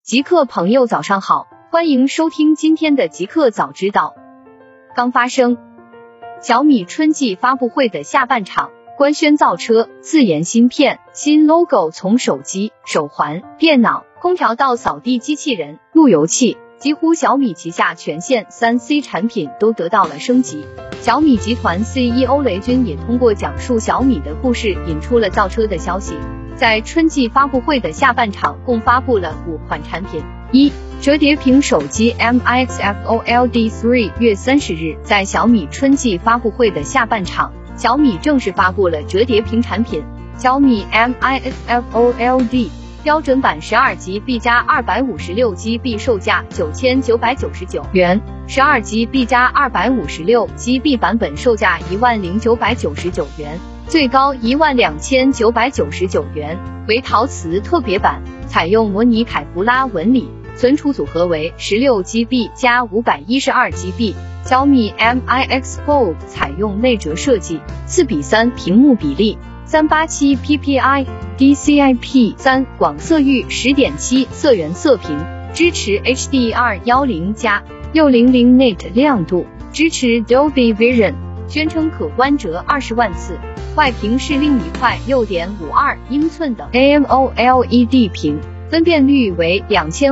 极客朋友早上好，欢迎收听今天的极客早知道。刚发生，小米春季发布会的下半场官宣造车、自研芯片、新 logo， 从手机、手环、电脑、空调到扫地机器人、路由器，几乎小米旗下全线 3C 产品都得到了升级。小米集团 CEO 雷军也通过讲述小米的故事引出了造车的消息。在春季发布会的下半场共发布了5款产品。折叠屏手机 MIX FOLD 3月30日，在小米春季发布会的下半场，小米正式发布了折叠屏产品。小米 MIX FOLD 标准版 12GB 加 256GB 售价9999元，12GB 加 256GB 版本售价10999元，最高12999元，为陶瓷特别版，采用模拟凯夫拉纹理，存储组合为 16GB 加 512GB。小米 MIX Fold 采用内折设计，4:3屏幕比例，387 ppi DCI-P3 广色域 10.7 色源色屏，支持 HDR10+600 nit 亮度，支持 Dolby Vision， 宣称可弯折20万次。外屏是另一块 6.52 英寸的 AMOLED 屏，分辨率为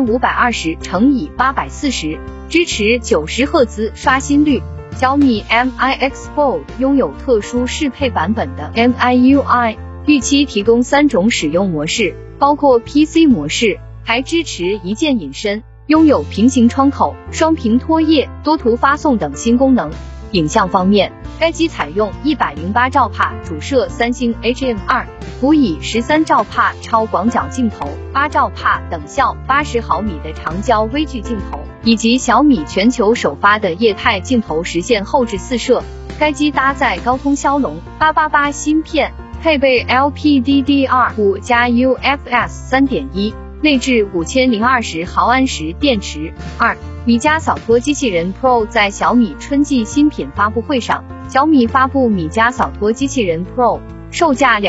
2520×840，支持90赫兹刷新率。小米 MIX Fold 拥有特殊适配版本的 MIUI， 预期提供3种使用模式，包括 PC 模式，还支持一键隐身，拥有平行窗口、双屏拖页、多图发送等新功能。影像方面，该机采用108兆帕主摄三星 HM2， 辅以13兆帕超广角镜头、8兆帕等效80毫米的长焦微距镜头，以及小米全球首发的液态镜头实现后置4摄。该机搭载高通骁龙888芯片，配备 LPDDR5 加 UFS 3.1， 内置5020毫安时电池。米家扫拖机器人 Pro 在小米春季新品发布会上，小米发布米家扫拖机器人 Pro， 售价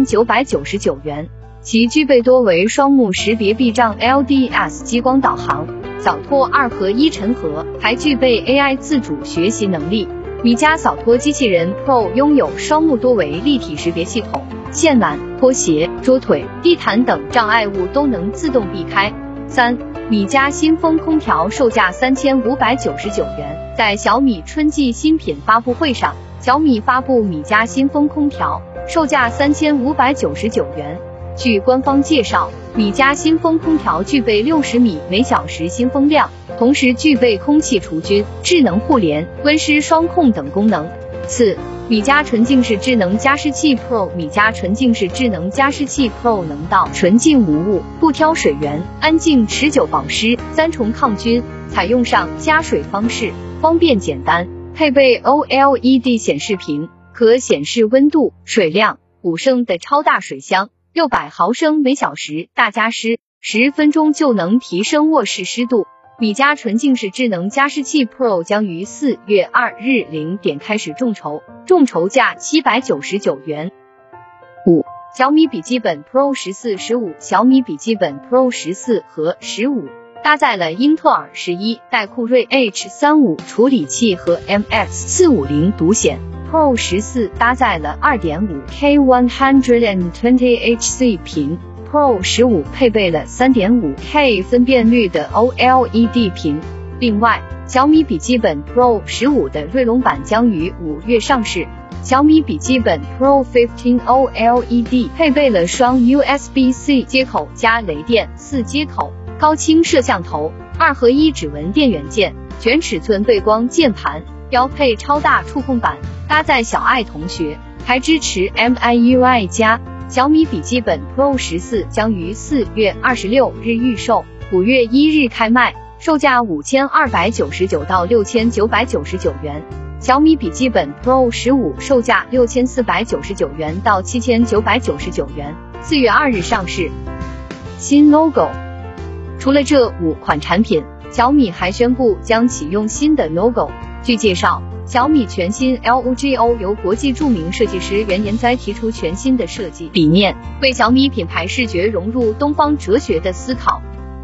2999元，其具备多维双目识别避障 LDS 激光导航，扫拖2合1尘盒，还具备 AI 自主学习能力。米家扫拖机器人 Pro 拥有双目多维立体识别系统，线缆、拖鞋、桌腿、地毯等障碍物都能自动避开。米家新风空调售价3599元。在小米春季新品发布会上，小米发布米家新风空调，售价3599元。据官方介绍，米家新风空调具备60米每小时新风量，同时具备空气除菌、智能互联、温湿双控等功能。米家纯净式智能加湿器 Pro， 米家纯净式智能加湿器 Pro 能到纯净无误，不挑水源，安静持久保湿，3重抗菌，采用上加水方式，方便简单，配备 OLED 显示屏，可显示温度、水量，5升的超大水箱，600毫升每小时大加湿，10分钟就能提升卧室湿度。米家纯净式智能加湿器 Pro 将于4月2日0点开始众筹，众筹价799元。小米笔记本 Pro 14、15， 小米笔记本 Pro 14和15搭载了英特尔11代酷睿 H35 处理器和 MX450 独显。Pro 14搭载了 2.5K 120Hz 屏，Pro 15配备了 3.5K 分辨率的 OLED 屏。另外，小米笔记本 Pro 15的锐龙版将于5月上市。小米笔记本 Pro 15 OLED 配备了双 USB-C 接口加雷电4接口，高清摄像头，2合1指纹电源键，全尺寸背光键盘，标配超大触控板，搭载小爱同学，还支持 MIUI 加。小米笔记本 Pro 14将于4月26日预售，5月1日开卖，售价5299到6999元。小米笔记本 Pro 15售价6499元到7999元，4月2日上市。新 logo。除了这5款产品，小米还宣布将启用新的 logo。据介绍，小米全新 LOGO 由国际著名设计师袁研哉提出全新的设计理念，为小米品牌视觉融入东方哲学的思考。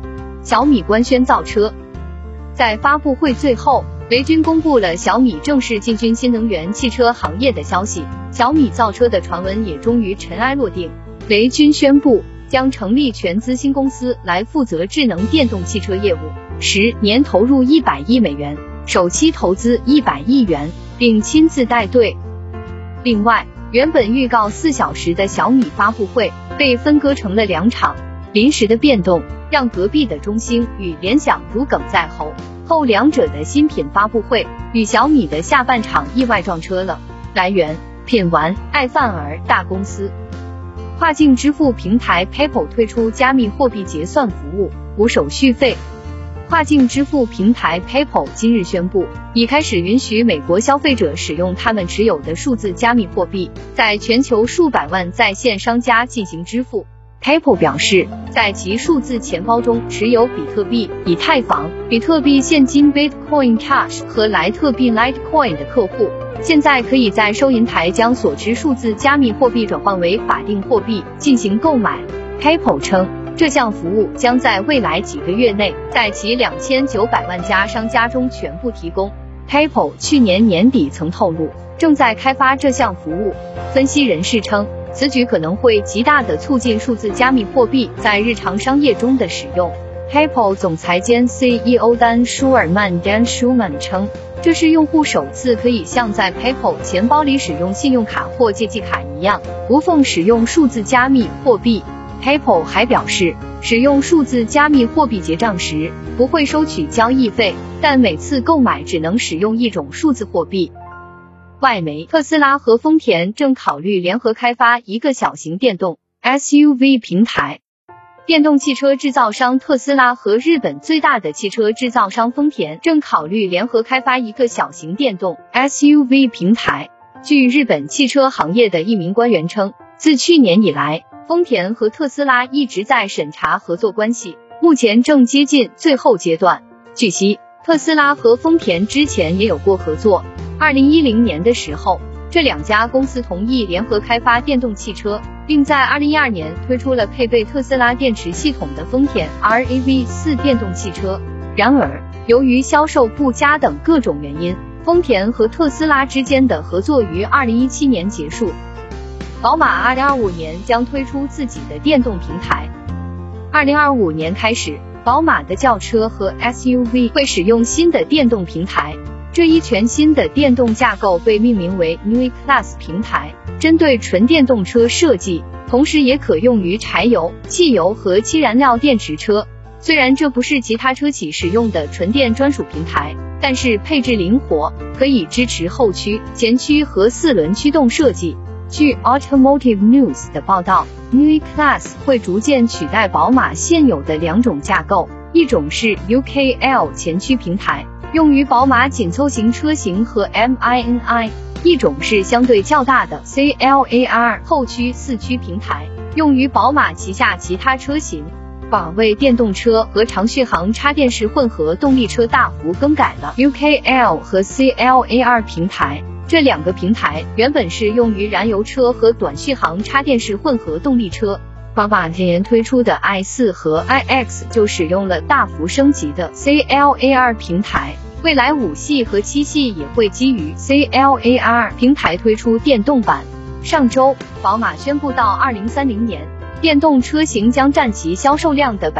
小米官宣造车。在发布会最后，雷军公布了小米正式进军新能源汽车行业的消息，小米造车的传闻也终于尘埃落定。雷军宣布将成立全资新公司来负责智能电动汽车业务，10年投入100亿美元，首期投资100亿元，并亲自带队。另外，原本预告4小时的小米发布会被分割成了2场，临时的变动让隔壁的中兴与联想如鲠在喉，后两者的新品发布会与小米的下半场意外撞车了。来源：品玩爱范儿大公司。跨境支付平台 PayPal 推出加密货币结算服务，无手续费。跨境支付平台 PayPal 今日宣布，已开始允许美国消费者使用他们持有的数字加密货币，在全球数百万在线商家进行支付。PayPal 表示，在其数字钱包中持有比特币、以太坊、比特币现金 Bitcoin Cash 和莱特币 Litecoin 的客户，现在可以在收银台将所持数字加密货币转换为法定货币进行购买。PayPal 称，这项服务将在未来几个月内在其2900万家商家中全部提供。PayPal 去年年底曾透露，正在开发这项服务。分析人士称，此举可能会极大地促进数字加密货币在日常商业中的使用。PayPal 总裁兼 CEO 丹·舒尔曼 Dan Schulman 称，这是用户首次可以像在 PayPal 钱包里使用信用卡或借记卡一样，无缝使用数字加密货币。PayPal 还表示，使用数字加密货币结账时不会收取交易费，但每次购买只能使用一种数字货币。外媒，特斯拉和丰田正考虑联合开发一个小型电动 SUV 平台。电动汽车制造商特斯拉和日本最大的汽车制造商丰田正考虑联合开发一个小型电动 SUV 平台。据日本汽车行业的一名官员称，自去年以来，丰田和特斯拉一直在审查合作关系，目前正接近最后阶段。据悉，特斯拉和丰田之前也有过合作。2010年的时候，这两家公司同意联合开发电动汽车，并在2012年推出了配备特斯拉电池系统的丰田 RAV4 电动汽车。然而，由于销售不佳等各种原因，丰田和特斯拉之间的合作于2017年结束。宝马2025年将推出自己的电动平台。2025年开始，宝马的轿车和 SUV 会使用新的电动平台。这一全新的电动架构被命名为 Neue Klasse 平台，针对纯电动车设计，同时也可用于柴油、汽油和氢燃料电池车。虽然这不是其他车企使用的纯电专属平台，但是配置灵活，可以支持后驱、前驱和4轮驱动设计。据 Automotive News 的报道， Neue Klasse 会逐渐取代宝马现有的2种架构，一种是 UKL 前驱平台，用于宝马紧凑型车型和 MINI， 一种是相对较大的 CLAR 后驱4驱平台，用于宝马旗下其他车型。宝为电动车和长续航插电式混合动力车大幅更改了 UKL 和 CLAR 平台。这2个平台原本是用于燃油车和短续航插电式混合动力车。宝马今年推出的 i4 和 iX 就使用了大幅升级的 CLAR 平台，未来5系和7系也会基于 CLAR 平台推出电动版。上周，宝马宣布到2030年，电动车型将占其销售量的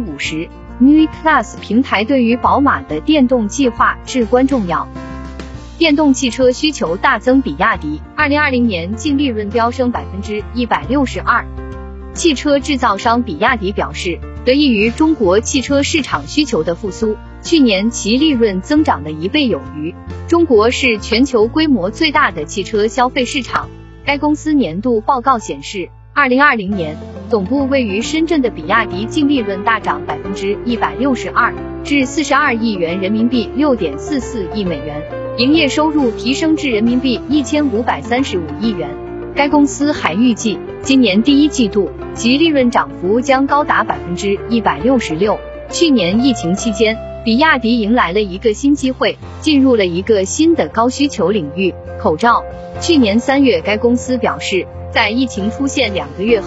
50%。Neue Klasse 平台对于宝马的电动计划至关重要。电动汽车需求大增，比亚迪2020年净利润飙升 162%。汽车制造商比亚迪表示，得益于中国汽车市场需求的复苏，去年其利润增长了1倍有余。中国是全球规模最大的汽车消费市场。该公司年度报告显示，2020年，总部位于深圳的比亚迪净利润大涨 162%， 至42亿元人民币 6.44 亿美元，营业收入提升至人民币1535亿元。该公司还预计，今年第一季度其利润涨幅将高达 166%。去年疫情期间，比亚迪迎来了一个新机会，进入了一个新的高需求领域——口罩。去年3月，该公司表示，在疫情出现2个月后，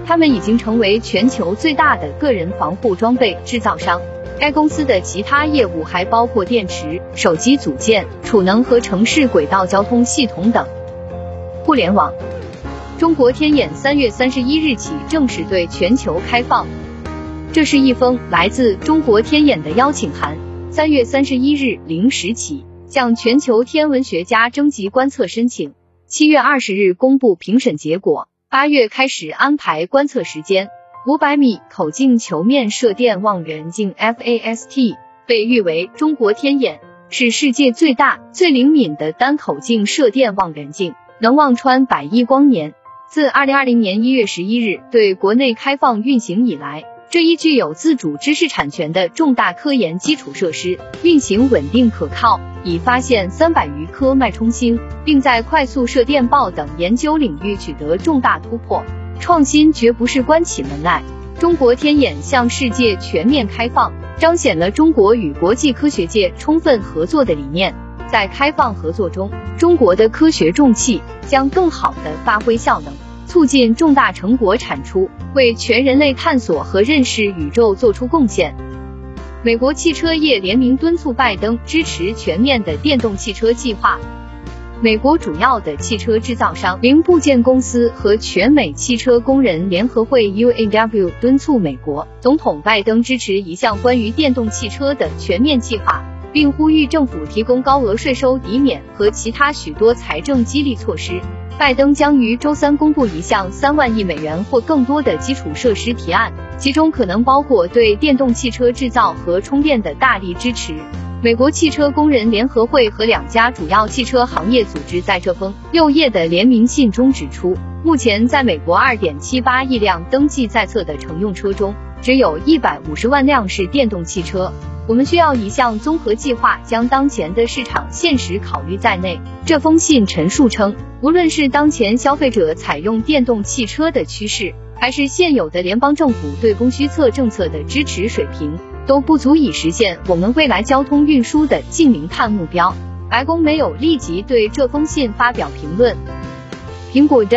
他们已经成为全球最大的个人防护装备制造商。该公司的其他业务还包括电池、手机组件、储能和城市轨道交通系统等。互联网，中国天眼3月31日起正式对全球开放。这是一封来自中国天眼的邀请函，3月31日0时起向全球天文学家征集观测申请，7月20日公布评审结果，8月开始安排观测时间。500米口径球面射电望远镜 FAST 被誉为中国天眼，是世界最大、最灵敏的单口径射电望远镜，能望穿100亿光年。自2020年1月11日对国内开放运行以来，这一具有自主知识产权的重大科研基础设施运行稳定可靠，已发现300余颗脉冲星，并在快速射电暴等研究领域取得重大突破。创新绝不是关起门来，中国天眼向世界全面开放，彰显了中国与国际科学界充分合作的理念。在开放合作中，中国的科学重器将更好地发挥效能，促进重大成果产出，为全人类探索和认识宇宙做出贡献。美国汽车业联名敦促拜登支持全面的电动汽车计划。美国主要的汽车制造商、零部件公司和全美汽车工人联合会 UAW 敦促美国总统拜登支持一项关于电动汽车的全面计划，并呼吁政府提供高额税收抵免和其他许多财政激励措施。拜登将于周三公布一项3万亿美元或更多的基础设施提案，其中可能包括对电动汽车制造和充电的大力支持。美国汽车工人联合会和2家主要汽车行业组织在这封6页的联名信中指出，目前在美国 2.78 亿辆登记在册的乘用车中，只有150万辆是电动汽车。我们需要一项综合计划，将当前的市场现实考虑在内。这封信陈述称，无论是当前消费者采用电动汽车的趋势，还是现有的联邦政府对供需侧政策的支持水平，都不足以实现我们未来交通运输的净零碳目标。白宫没有立即对这封信发表评论。苹果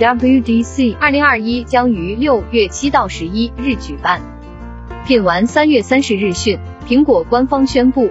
WWDC 2021将于6月7到11日举办。品完3月30日讯，苹果官方宣布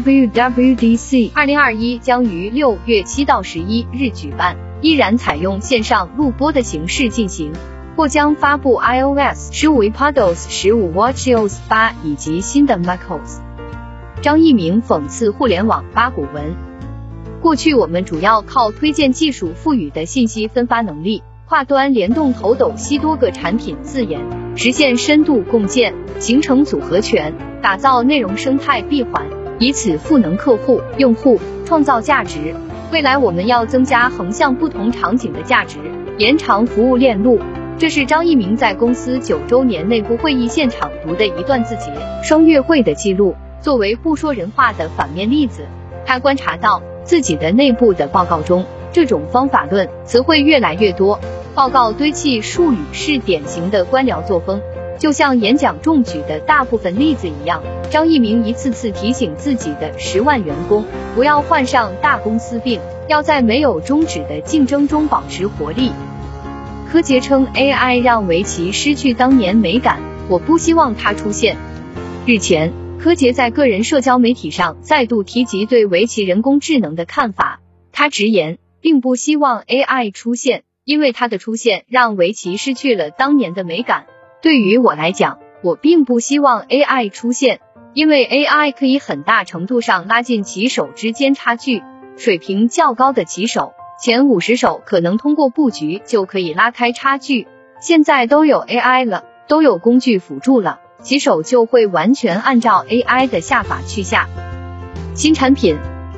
WWDC 2021将于6月7到11日举办，依然采用线上录播的形式进行，或将发布 iOS 15、iPadOS 15、watchOS 8以及新的 macOS。张一鸣讽刺互联网八股文。过去我们主要靠推荐技术赋予的信息分发能力，跨端联动头斗西多个产品字眼，实现深度共建，形成组合拳，打造内容生态闭环，以此赋能客户、用户，创造价值。未来我们要增加横向不同场景的价值，延长服务链路。这是张一鸣在公司9周年内部会议现场读的一段字节双月会的记录，作为不说人话的反面例子。他观察到自己的内部的报告中，这种方法论词汇越来越多，报告堆砌术语是典型的官僚作风。就像演讲中举的大部分例子一样，张一鸣一次次提醒自己的10万员工，不要患上大公司病，要在没有终止的竞争中保持活力。柯洁称 AI 让围棋失去当年美感，我不希望它出现。日前，柯洁在个人社交媒体上再度提及对围棋人工智能的看法，他直言并不希望 AI 出现，因为它的出现让围棋失去了当年的美感。对于我来讲，我并不希望 AI 出现，因为 AI 可以很大程度上拉近棋手之间差距，水平较高的棋手前50手可能通过布局就可以拉开差距，现在都有 AI 了，都有工具辅助了，棋手就会完全按照 AI 的下法去下。新产品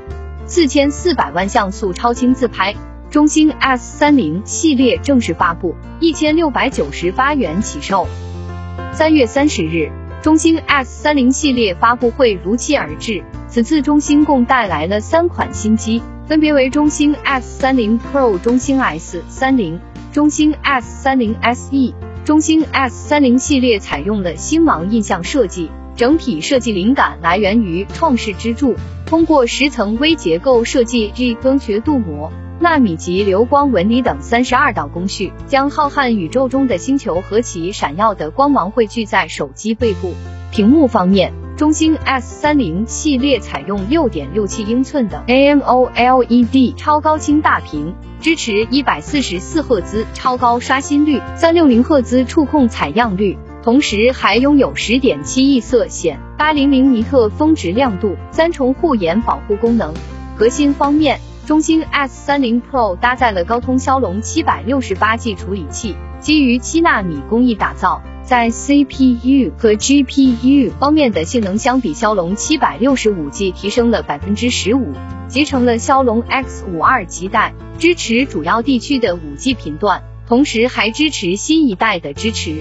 4400万像素超清自拍，中兴 S30 系列正式发布，1698元起售。3月30日，中兴 S30 系列发布会如期而至，此次中兴共带来了3款新机，分别为中兴 S30 Pro、中兴 S30、中兴 S30 SE。中兴 S30 系列采用了星芒印象设计，整体设计灵感来源于创世之柱，通过10层微结构设计 G 光学镀膜， 纳米级流光纹理等32道工序，将浩瀚宇宙中的星球和其闪耀的光芒汇聚在手机背部。屏幕方面，中兴 S30 系列采用 6.67 英寸的 AMOLED 超高清大屏，支持144赫兹超高刷新率、360赫兹触控采样率，同时还拥有 10.7 亿色显、800尼特峰值亮度、3重护眼保护功能。核心方面，中兴 S30 Pro 搭载了高通骁龙 768G 处理器，基于7纳米工艺打造，在 CPU 和 GPU 方面的性能相比骁龙 765G 提升了 15%， 集成了骁龙 X52 基带，支持主要地区的 5G 频段，同时还支持新一代的支持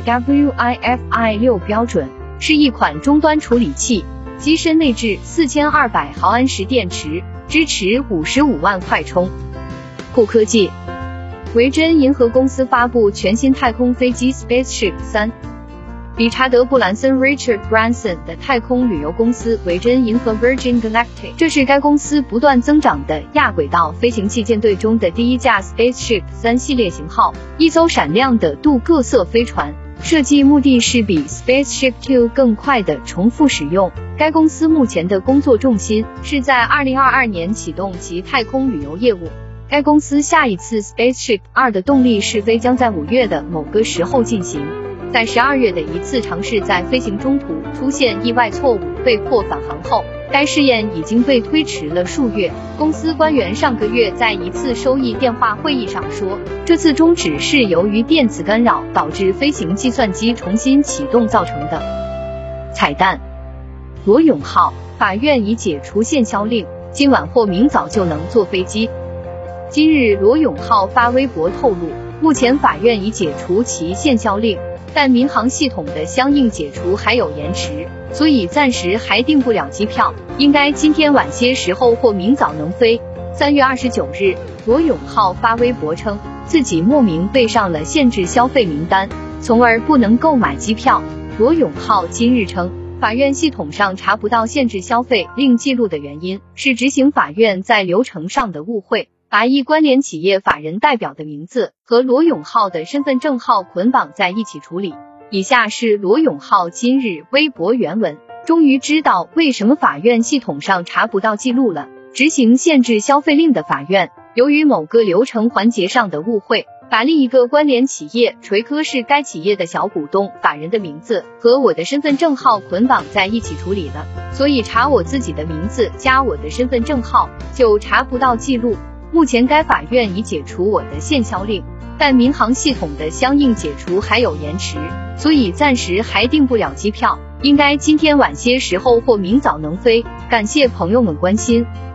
WiFi 6标准，是一款终端处理器，机身内置4200毫安时电池，支持55万快充。酷科技，维珍银河公司发布全新太空飞机 Spaceship 3。理查德·布兰森 Richard Branson 的太空旅游公司维珍银河 Virgin Galactic， 这是该公司不断增长的亚轨道飞行器舰队中的第一架 Spaceship 3系列型号，一艘闪亮的镀各色飞船。设计目的是比 Spaceship 2更快的重复使用。该公司目前的工作重心是在2022年启动其太空旅游业务。该公司下一次 Spaceship 2的动力试飞将在5月的某个时候进行。在12月的一次尝试在飞行中途出现意外错误，被迫返航后，该试验已经被推迟了数月。公司官员上个月在一次收益电话会议上说，这次终止是由于电子干扰导致飞行计算机重新启动造成的。彩蛋：罗永浩，法院已解除限销令，今晚或明早就能坐飞机。今日罗永浩发微博透露，目前法院已解除其限销令，但民航系统的相应解除还有延迟，所以暂时还订不了机票，应该今天晚些时候或明早能飞。3月29日，罗永浩发微博称，自己莫名被上了限制消费名单，从而不能购买机票。罗永浩今日称，法院系统上查不到限制消费令记录的原因是执行法院在流程上的误会，把一关联企业法人代表的名字和罗永浩的身份证号捆绑在一起处理。以下是罗永浩今日微博原文：终于知道为什么法院系统上查不到记录了。执行限制消费令的法院，由于某个流程环节上的误会，把另一个关联企业锤科是该企业的小股东法人的名字和我的身份证号捆绑在一起处理了，所以查我自己的名字加我的身份证号就查不到记录。目前该法院已解除我的限销令，但民航系统的相应解除还有延迟，所以暂时还订不了机票，应该今天晚些时候或明早能飞。感谢朋友们关心。